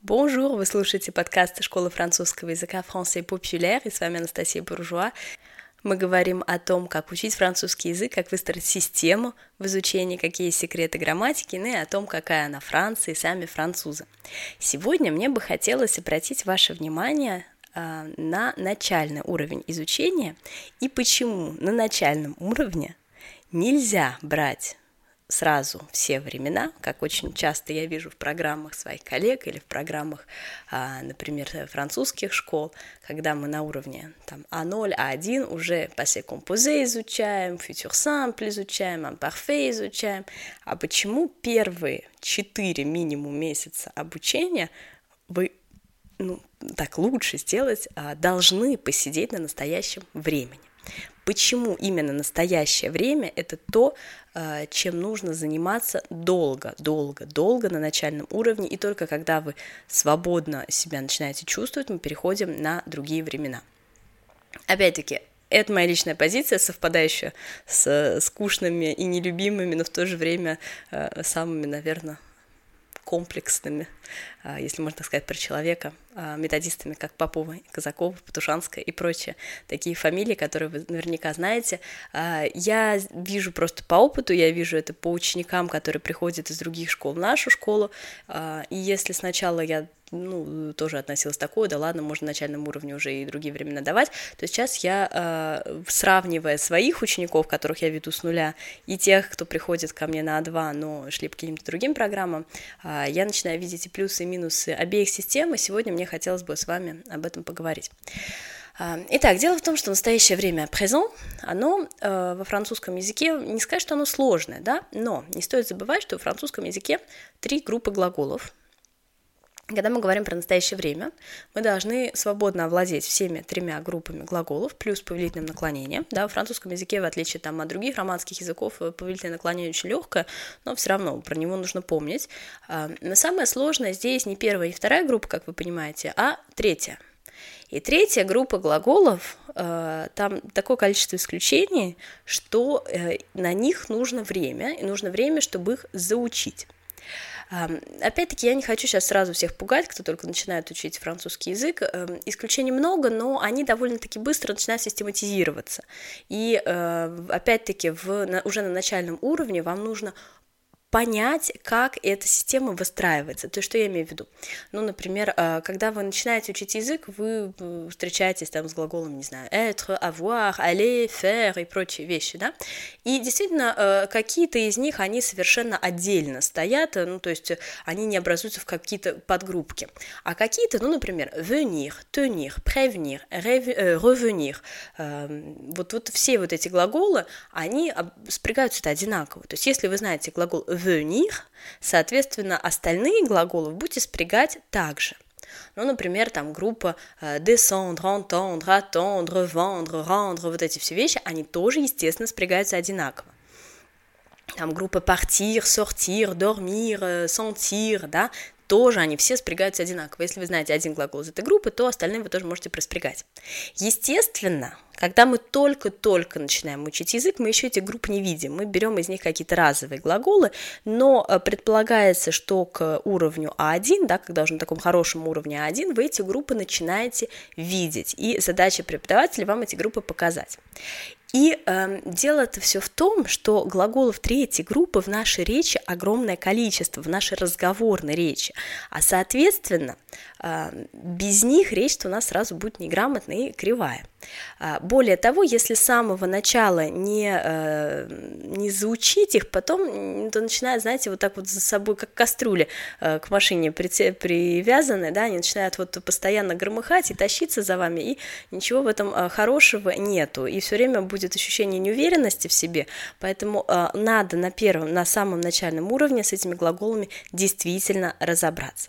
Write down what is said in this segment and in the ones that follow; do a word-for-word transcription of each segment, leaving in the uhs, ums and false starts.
Bonjour, вы слушаете подкаст Школы французского языка «Français populaire», и с вами Анастасия Буржуа. Мы говорим о том, как учить французский язык, как выстроить систему в изучении, какие секреты грамматики, ну и о том, какая она Франция и сами французы. Сегодня мне бы хотелось обратить ваше внимание э, на начальный уровень изучения и почему на начальном уровне нельзя брать сразу все времена, как очень часто я вижу в программах своих коллег или в программах, например, французских школ, когда мы на уровне там, а ноль, а один уже passé composé изучаем, futur simple изучаем, imparfait изучаем. А почему первые четыре минимум месяца обучения вы ну, так лучше сделать, должны посидеть на настоящем времени? Почему именно настоящее время – это то, чем нужно заниматься долго, долго, долго на начальном уровне, и только когда вы свободно себя начинаете чувствовать, мы переходим на другие времена. Опять-таки, это моя личная позиция, совпадающая с скучными и нелюбимыми, но в то же время самыми, наверное, комплексными, если можно так сказать, про человека, методистами, как Попова, Казакова, Петушанская и прочие такие фамилии, которые вы наверняка знаете. Я вижу просто по опыту, я вижу это по ученикам, которые приходят из других школ в нашу школу, и если сначала я ну, тоже относилась к такой, да ладно, можно на начальном уровне уже и другие времена давать, то сейчас я, сравнивая своих учеников, которых я веду с нуля, и тех, кто приходит ко мне на а два, но шли по каким-то другим программам, я начинаю видеть и плюсы, и минусы обеих систем, и сегодня мне хотелось бы с вами об этом поговорить. Итак, дело в том, что в настоящее время présent, оно э, во французском языке, не сказать, что оно сложное, да, но не стоит забывать, что в французском языке три группы глаголов. Когда мы говорим про настоящее время, мы должны свободно овладеть всеми тремя группами глаголов, плюс повелительным наклонением. Да, в французском языке, в отличие там, от других романских языков, повелительное наклонение очень легкое, но все равно про него нужно помнить. Но самое сложное здесь не первая и вторая группа, как вы понимаете, а третья. И третья группа глаголов, там такое количество исключений, что на них нужно время, и нужно время, чтобы их заучить. Опять-таки, я не хочу сейчас сразу всех пугать, кто только начинает учить французский язык. Исключений много, но они довольно-таки быстро начинают систематизироваться. И, опять-таки, в, уже на начальном уровне вам нужно понять, как эта система выстраивается. То есть, что я имею в виду? Ну, например, когда вы начинаете учить язык, вы встречаетесь там с глаголом, не знаю, être, avoir, aller, faire и прочие вещи, да? И действительно, какие-то из них, они совершенно отдельно стоят, ну, то есть, они не образуются в какие-то подгруппки. А какие-то, ну, например, venir, tenir, prévenir, revenir, вот, вот все вот эти глаголы, они спрягаются одинаково. То есть, если вы знаете глагол venir, соответственно, остальные глаголы вы будете спрягать также. Ну, например, там группа descendre, entendre, attendre, vendre, rendre, вот эти все вещи, они тоже, естественно, спрягаются одинаково. Там группа partir, sortir, dormir, sentir, да, тоже они все спрягаются одинаково. Если вы знаете один глагол из этой группы, то остальные вы тоже можете проспрягать. Естественно, когда мы только-только начинаем учить язык, мы еще эти группы не видим. Мы берем из них какие-то разовые глаголы, но предполагается, что к уровню а один, да, когда уже на таком хорошем уровне а один, вы эти группы начинаете видеть. И задача преподавателя вам эти группы показать. И э, дело-то все в том, что глаголов третьей группы в нашей речи огромное количество, в нашей разговорной речи, а соответственно, э, без них речь-то у нас сразу будет неграмотная и кривая. Э, более того, если с самого начала не, э, не заучить их, потом то начинают, знаете, вот так вот за собой, как кастрюли э, к машине при, привязаны, да, они начинают вот постоянно громыхать и тащиться за вами, и ничего в этом э, хорошего нету, и все время будет ощущение неуверенности в себе, поэтому э, надо на первом, на самом начальном уровне с этими глаголами действительно разобраться.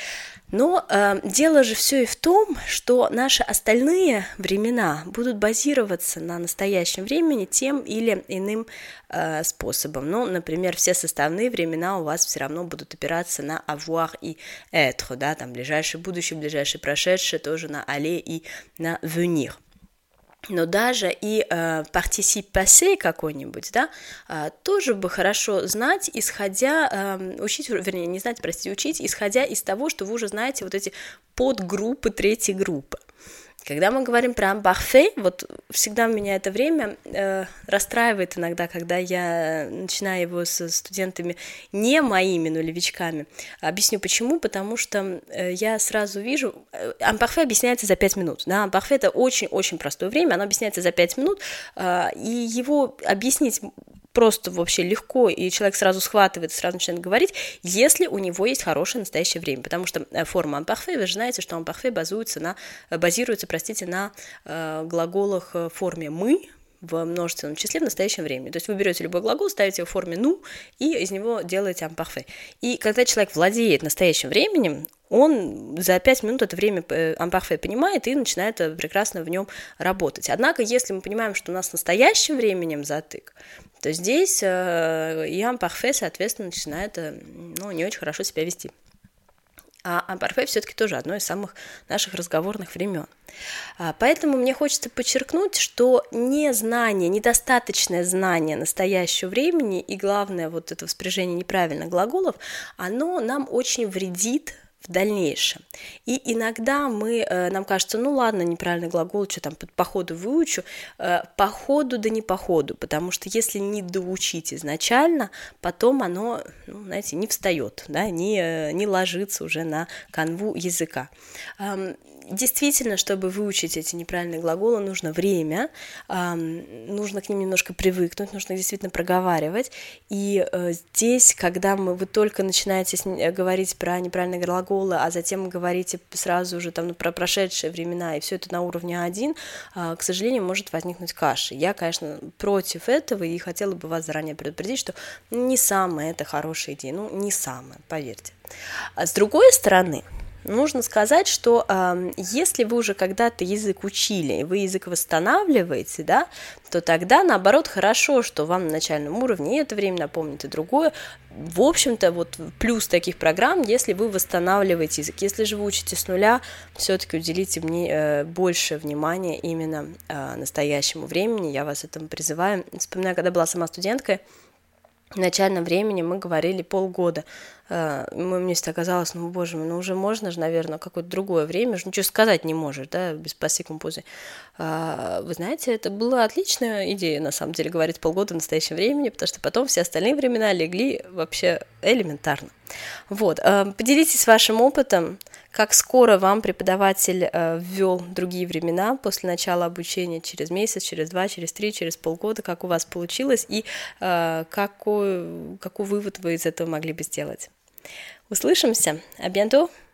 Но э, дело же все и в том, что наши остальные времена будут базироваться на настоящем времени тем или иным э, способом. Ну, например, все составные времена у вас все равно будут опираться на avoir и être, да, там ближайшее будущее, ближайшее прошедшее, тоже на aller и на venir. Но даже и э, participe passé какой-нибудь, да, э, тоже бы хорошо знать, исходя, э, учить, вернее, не знать, простите, учить, исходя из того, что вы уже знаете вот эти подгруппы третьей группы. Когда мы говорим про imparfait, вот всегда меня это время э, расстраивает иногда, когда я начинаю его со студентами не моими нулевичками. Объясню почему, потому что э, я сразу вижу, э, imparfait объясняется за пять минут, да, imparfait это очень-очень простое время, оно объясняется за пять минут, э, и его объяснить просто вообще легко, и человек сразу схватывает, сразу начинает говорить, если у него есть хорошее настоящее время, потому что форма imparfait, вы же знаете, что imparfait базируется на, базируется, простите, на э, глаголах в форме «мы», в множественном числе в настоящем времени. То есть вы берете любой глагол, ставите его в форме «ну», и из него делаете imparfait. И когда человек владеет настоящим временем, он за пять минут это время imparfait понимает и начинает прекрасно в нем работать. Однако, если мы понимаем, что у нас настоящим временем затык, то здесь э, и imparfait, соответственно, начинает ну, не очень хорошо себя вести. А imparfait все-таки тоже одно из самых наших разговорных времен. Поэтому мне хочется подчеркнуть, что незнание, недостаточное знание настоящего времени и, главное, вот это воспряжение неправильных глаголов, оно нам очень вредит в дальнейшем. И иногда мы, нам кажется, ну ладно, неправильный глагол, что там по ходу выучу, по ходу да не по ходу, потому что если не доучить изначально, потом оно, ну, знаете, не встает, да, не, не ложится уже на канву языка. Действительно, чтобы выучить эти неправильные глаголы, нужно время, нужно к ним немножко привыкнуть, нужно действительно проговаривать. И здесь, когда мы, вы только начинаете говорить про неправильные глаголы, а затем говорите сразу же там, ну, про прошедшие времена, и все это на уровне один, к сожалению, может возникнуть каша. Я, конечно, против этого и хотела бы вас заранее предупредить, что не самая это хорошая идея, ну, не самая, поверьте. А с другой стороны, нужно сказать, что э, если вы уже когда-то язык учили, и вы язык восстанавливаете, да, то тогда, наоборот, хорошо, что вам на начальном уровне и это время напомнит, и другое. В общем-то, вот плюс таких программ, если вы восстанавливаете язык. Если же вы учите с нуля, все-таки уделите мне э, больше внимания именно э, настоящему времени, я вас этому призываю. Вспоминаю, когда была сама студенткой, в начальном времени мы говорили полгода. Мне всегда казалось, ну, боже мой, ну, уже можно же, наверное, какое-то другое время, уже ничего сказать не можешь, да, без пасси компози. Вы знаете, это была отличная идея, на самом деле, говорить полгода в настоящем времени, потому что потом все остальные времена легли вообще элементарно. Вот, поделитесь вашим опытом, как скоро вам преподаватель ввел другие времена после начала обучения, через месяц, через два, через три, через полгода, как у вас получилось и какой, какой вывод вы из этого могли бы сделать. Услышимся. À bientôt.